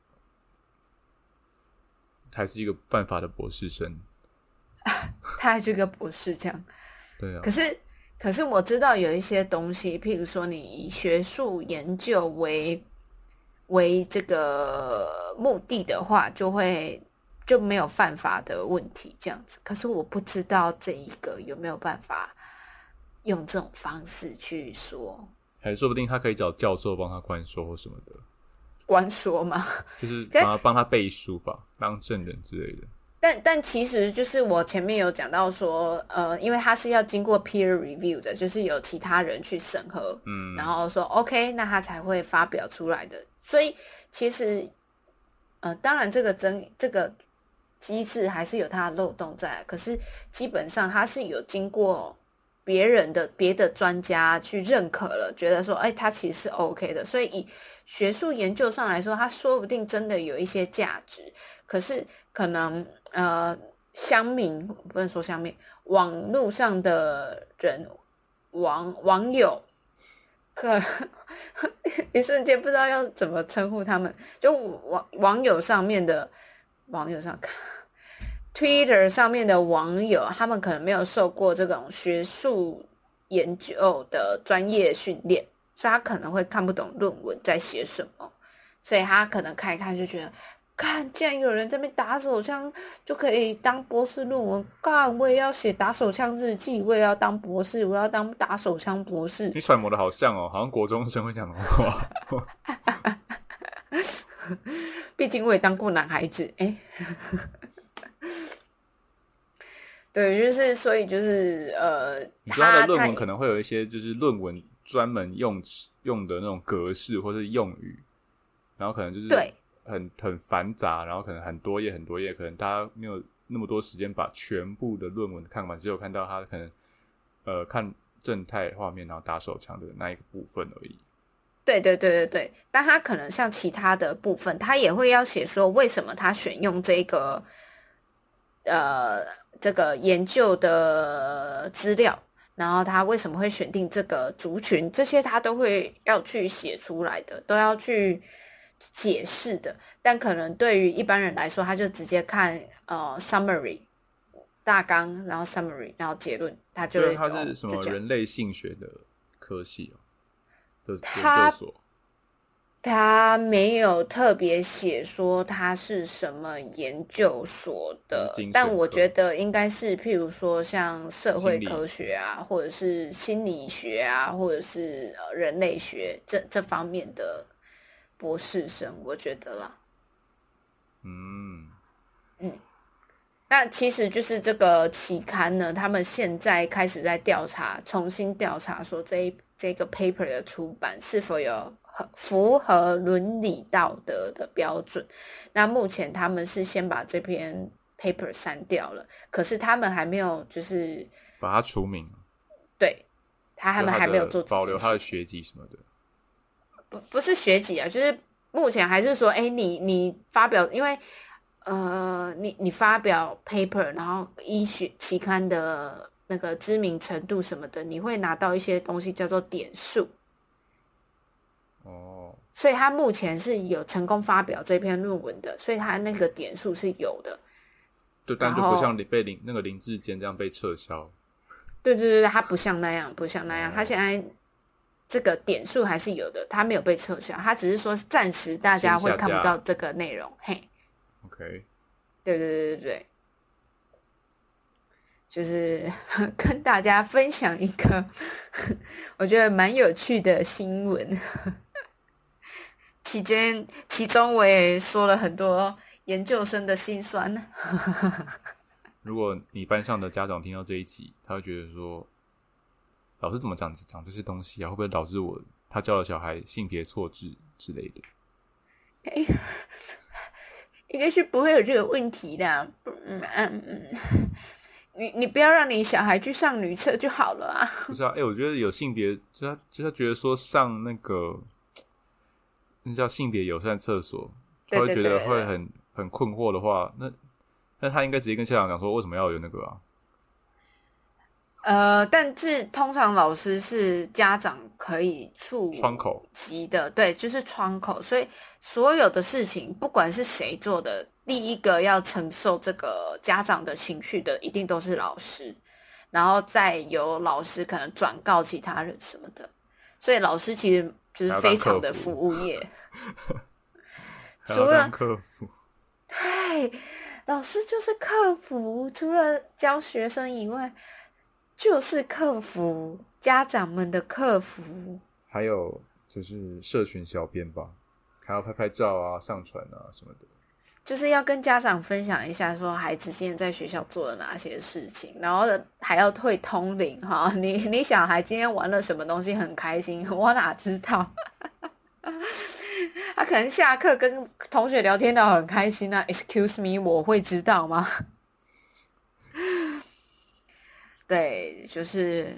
还是一个犯法的博士生？ 他还是个博士这样。 对啊。 可是可是我知道有一些东西，譬如说你以学术研究为为这个目的的话，就会就没有犯法的问题这样子。可是我不知道这一个有没有办法用这种方式去说， 还说不定他可以找教授帮他关说或什么的。 关说吗？ 就是帮他帮他背书吧，当证人之类的。 但但其实就是我前面有讲到说，呃，因为它是要经过 peer review 的，就是有其他人去审核，嗯，然后说 OK， 那他才会发表出来的。所以其实，呃，当然这个争这个机制还是有它的漏洞在，可是基本上它是有经过别人的别的专家去认可了，觉得说，哎，它其实是 OK 的。所以以学术研究上来说，它说不定真的有一些价值，可是可能。呃，乡民不能说乡民，网络上的人网网友，可一瞬间不知道要怎么称呼他们，就网网友上面的网友上，Twitter 上面的网友，他们可能没有受过这种学术研究的专业训练，所以他可能会看不懂论文在写什么，所以他可能看一看就觉得。看，竟然有人在那边打手枪就可以当博士论文，干，我也要写打手枪日记，我也要当博士，我要当打手枪博士。 你揣摩的好像哦，好像国中生会讲的话。 毕竟我也当过男孩子，哎、欸，对，就是所以就是呃， 你知道他的论文可能会有一些就是论文专门用用的那种格式或是用语，然后可能就是对。 很很繁杂，然后可能很多页很多页，可能大家没有那么多时间把全部的论文看完，只有看到他可能呃看正态画面然后打手枪的那一个部分而已。 对对对对对，但他可能像其他的部分，他也会要写说为什么他选用这个呃这个研究的资料，然后他为什么会选定这个族群，这些他都会要去写出来的，都要去。解释的，但可能对于一般人来说，他就直接看呃 summary 大纲，然后 summary， 然后结论，他就会。 他是什么人类性学的科系哦？的研究所。 他没有特别写说他是什么研究所的，但我觉得应该是譬如说像社会科学啊，或者是心理学啊，或者是呃人类学这这方面的。博士生，我觉得啦，嗯嗯，那其实就是这个期刊呢，他们现在开始在调查，重新调查说这一这个 paper 的出版是否有符合伦理道德的标准。那目前他们是先把这篇 paper 删掉了，可是他们还没有就是把它除名， 对，他们还没有做保留他的学籍什么的。 不不是学籍啊，就是目前还是说，哎，你你发表，因为呃，你你发表 paper， 然后医学期刊的那个知名程度什么的，你会拿到一些东西叫做点数。 哦， 所以他目前是有成功发表这篇论文的，所以他那个点数是有的。 对，但就不像被林那个林志坚这样被撤销。 对对对，他不像那样，不像那样，他现在。这个点数还是有的，它没有被撤销，它只是说暂时大家会看不到这个内容。嘿 ，OK， 对对对对对，就是跟大家分享一个我觉得蛮有趣的新闻。期间，其中我也说了很多研究生的辛酸。 如果你班上的家长听到这一集，他会觉得说。老师怎么讲讲这些东西啊？会不会导致我他教的小孩性别错置之类的？ 哎，应该是不会有这个问题的。嗯嗯嗯，你你不要让你小孩去上女厕就好了啊。 不是啊，哎、欸，我觉得有性别，就他就他觉得说上那个那叫性别友善厕所，他会觉得会很很困惑的话，那那他应该直接跟校长讲说，为什么要有那个啊？ 呃，但是通常老师是家长可以触窗口及的，对，就是窗口，所以所有的事情，不管是谁做的，第一个要承受这个家长的情绪的，一定都是老师，然后再由老师可能转告其他人什么的，所以老师其实就是非常的服务业， 还要当客服， 对，老师就是客服，除了教学生以外。就是客服，家长们的客服， 还有就是社群小编吧，还要拍拍照啊、上传啊什么的， 就是要跟家长分享一下，说孩子今天在学校做了哪些事情，然后还要会通灵哈。你你小孩今天玩了什么东西很开心，我哪知道？他可能下课跟同学聊天到很开心啊 ，Excuse me， 我会知道吗？对，就是，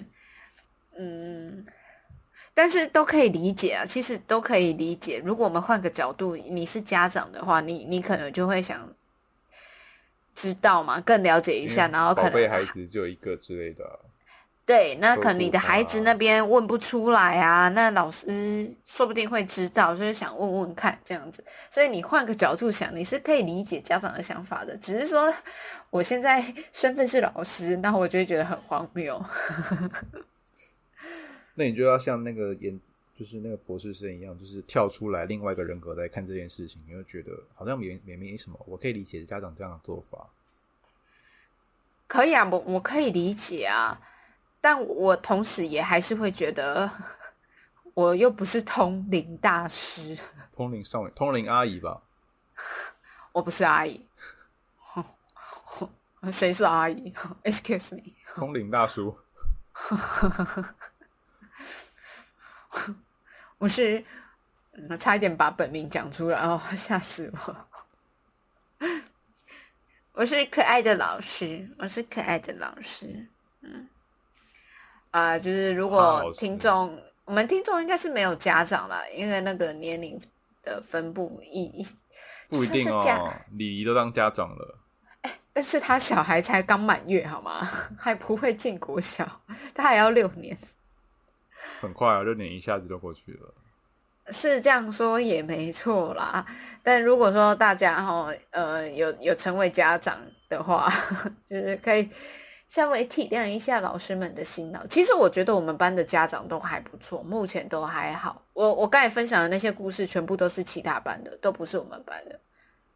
嗯，但是都可以理解啊，其实都可以理解。如果我们换个角度，你是家长的话，你你可能就会想知道嘛，更了解一下，然后可能宝贝孩子就有一个之类的、啊。 对，那可能你的孩子那边问不出来啊，那老师说不定会知道，所以想问问看这样子。所以你换个角度想，你是可以理解家长的想法的，只是说我现在身份是老师，那我就会觉得很荒谬。 那你就要像那个研，就是那个博士生一样，就是跳出来另外一个人格来看这件事情，你会觉得好像也也没什么，我可以理解家长这样的做法。 可以啊，我我可以理解啊。但我同时也还是会觉得，我又不是通灵大师， 通灵少女、通灵阿姨吧？ 我不是阿姨，谁是阿姨 ？Excuse me， 通灵大叔， 我是，嗯，差一点把本名讲出来哦，吓死我！我是可爱的老师，我是可爱的老师，嗯。啊、呃，就是如果听众，我们听众应该是没有家长啦，因为那个年龄的分布一不一定哦。李黎都当家长了， 欸，但是他小孩才刚满月，好吗？还不会进国小，他还要六年， 很快啊，六年一下子就过去了。 是这样说也没错啦，但如果说大家齁，呃，有有成为家长的话，就是可以。稍微体谅一下老师们的辛劳。其实我觉得我们班的家长都还不错，目前都还好。我我刚才分享的那些故事，全部都是其他班的，都不是我们班的。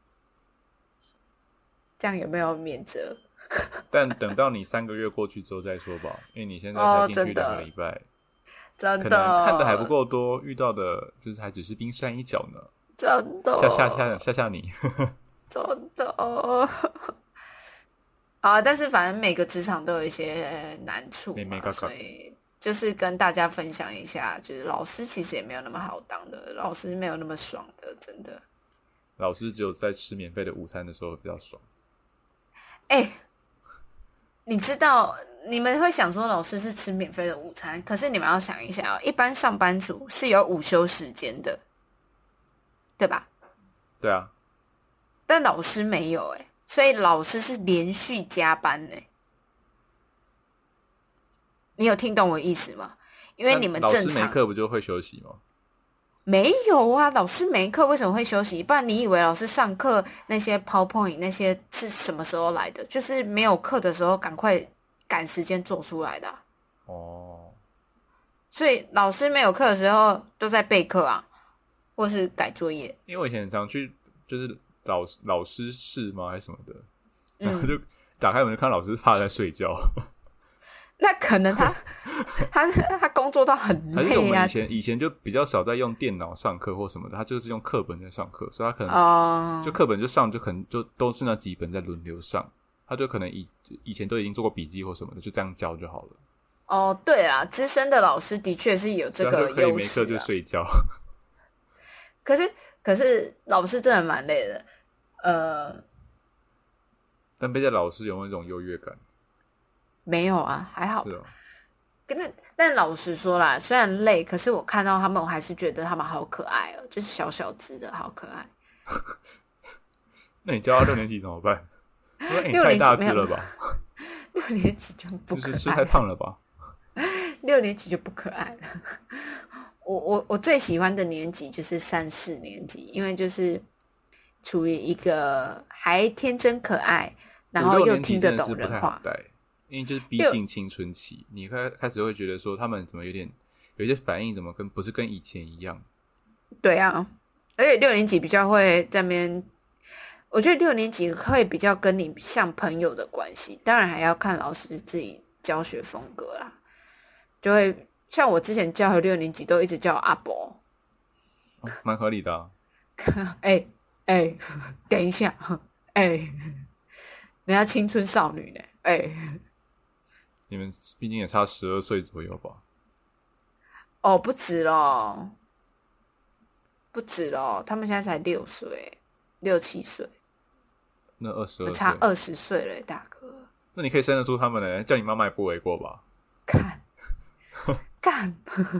这样有没有免责？ 但等到你三个月过去之后再说吧，因为你现在才进去两个礼拜，哦， 真的可能看的还不够多，遇到的就是还只是冰山一角呢。 真的， 吓吓吓吓吓你， 真的。啊，但是反正每个职场都有一些难处嘛， 没没所以就是跟大家分享一下，就是老师其实也没有那么好当的，老师没有那么爽的，真的。 老师只有在吃免费的午餐的时候比较爽。 哎、欸，你知道你们会想说老师是吃免费的午餐，可是你们要想一下哦，一般上班族是有午休时间的，对吧？ 对啊。 但老师没有哎、欸。所以老师是连续加班呢、欸，你有听懂我的意思吗？因为你们正常老师没课不就会休息吗？ 没有啊，老师没课为什么会休息？不然你以为老师上课那些 PowerPoint 那些是什么时候来的？就是没有课的时候赶快赶时间做出来的、啊。 哦， 所以老师没有课的时候都在备课啊，或是改作业。 因为我以前很常去，就是老老师室吗还是什么的，然后就打开门就看到老师趴在睡觉。 那可能他他他工作到很累啊。 还是我们以前以前就比较少在用电脑上课或什么的，他就是用课本在上课，所以他可能就课本就上就可能就都是那几本在轮流上，他就可能以以前都已经做过笔记或什么的，就这样教就好了。 哦，对啦，资深的老师的确是有这个优势， 可以没课就睡觉。 可是可是老师真的蛮累的，呃， 但被这老师有没有一种优越感？ 没有啊，还好。 是哦。 但但老实说啦，虽然累，可是我看到他们，我还是觉得他们好可爱哦，就是小小只的，好可爱。 那你教到六年级怎么办？欸、 六年级太大只了吧？ 六年级就不可爱， 就是吃太胖了吧？ 六年级就不可爱了。我我我最喜欢的年级就是三四年级，因为就是处于一个还天真可爱，然后又听得懂人话。 因为就是逼近青春期，你开开始会觉得说他们怎么有点有一些反应，怎么跟不是跟以前一样？ 对啊，而且六年级比较会在那边，我觉得六年级会比较跟你像朋友的关系，当然还要看老师自己教学风格啦。就会像我之前教的六年级都一直叫阿伯， 蛮、哦、合理的啊。 哎哎、欸欸，等一下，哎、欸，人家青春少女呢，哎、欸。 你们毕竟也差十二岁左右吧？ 哦，不止咯，不止咯，他们现在才六岁，六七岁。 那二十二岁差二十岁了，大哥。 那你可以生得出他们呢？叫你妈妈也不为过吧？ 看，干，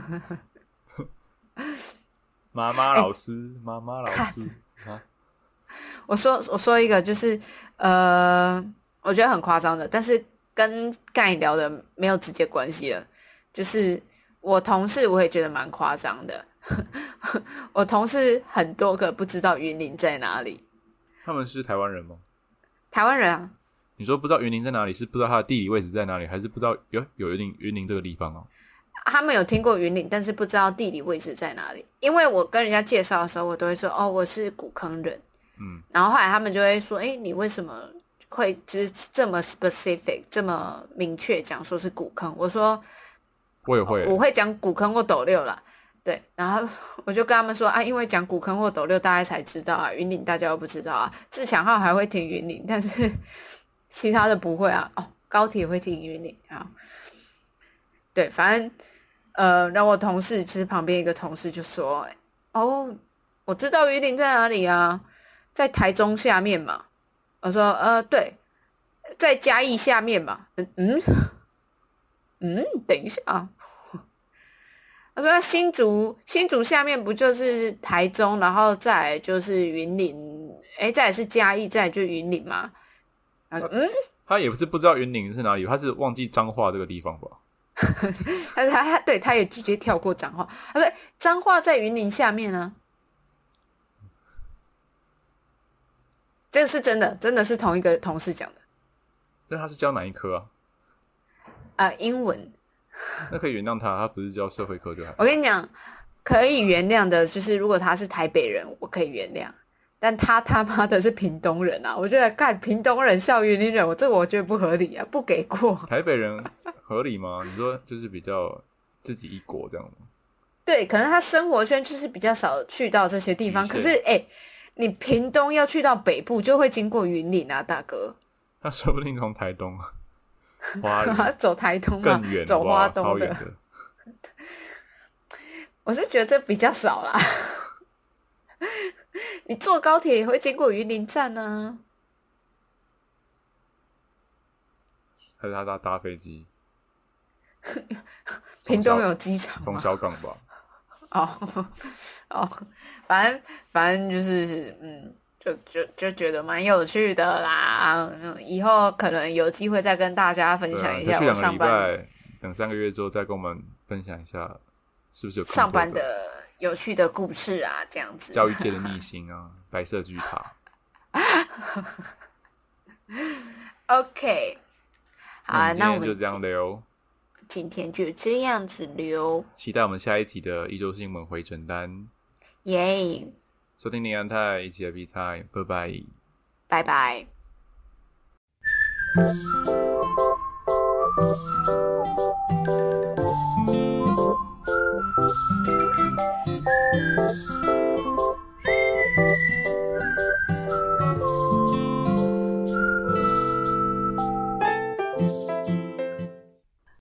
妈妈老师，妈、欸、妈老师啊！ 我说，我说一个，就是呃，我觉得很夸张的，但是。跟刚才聊的没有直接关系了，就是我同事我也觉得蛮夸张的，我同事很多个不知道云林在哪里。 他们是台湾人吗？ 台湾人啊。 你说不知道云林在哪里，是不知道它的地理位置在哪里，还是不知道有有云林云林这个地方哦？ 他们有听过云林，但是不知道地理位置在哪里。因为我跟人家介绍的时候，我都会说哦，我是古坑人，嗯，然后后来他们就会说，哎，你为什么会就是这么 specific 这么明确讲说是古坑？我说我也会、欸， 我会讲古坑或斗六啦，对，然后我就跟他们说啊，因为讲古坑或斗六大家才知道啊，云林大家又不知道啊，自强号还会停云林，但是其他的不会啊。哦，高铁会停云林啊，对，反正呃，然后我同事其实旁边一个同事就说，哦，我知道云林在哪里啊，在台中下面嘛。我说呃对，在嘉义下面嘛。嗯嗯嗯，等一下啊。他说新竹新竹下面不就是台中，然后再来就是云林，哎，再来是嘉义，再来就云林嘛。他说嗯， 他也不是不知道云林是哪里，他是忘记彰化这个地方吧。 他他他对他也直接跳过彰化。他说彰化在云林下面啊。这个是真的，真的是同一个同事讲的。 但他是教哪一科啊？ 呃，英文。 那可以原谅他，他不是教社会科就好。 我跟你讲，可以原谅的，就是如果他是台北人，我可以原谅。但他他妈的是屏东人啊！我觉得干屏东人笑云林人，我这我觉得不合理啊，不给过。 台北人合理吗？你说就是比较自己一国这样吗？ 对，可能他生活圈就是比较少去到这些地方。可是哎。欸你屏东要去到北部，就会经过云林啊，大哥。 他说不定从台东花莲走台东更远， 走花东的, 的。我是觉得这比较少啦。你坐高铁也会经过云林站啊。 还是他搭搭飞机？ 屏东有机场， 从小港吧。 哦哦，反正反正就是嗯，就就就觉得蛮有趣的啦。嗯，以后可能有机会再跟大家分享一下我上班。 啊、两, 两三个月之后再跟我们分享一下，是不是有上班的有趣的故事啊？这样子， 教育界的秘辛啊，白色巨塔。 OK， 好啊，那我们就这样聊。 今天就这样子留， 期待我们下一集的一周新闻回诊单。 耶、yeah ！ 收听林安泰一起的 B Time， 拜拜， 拜拜。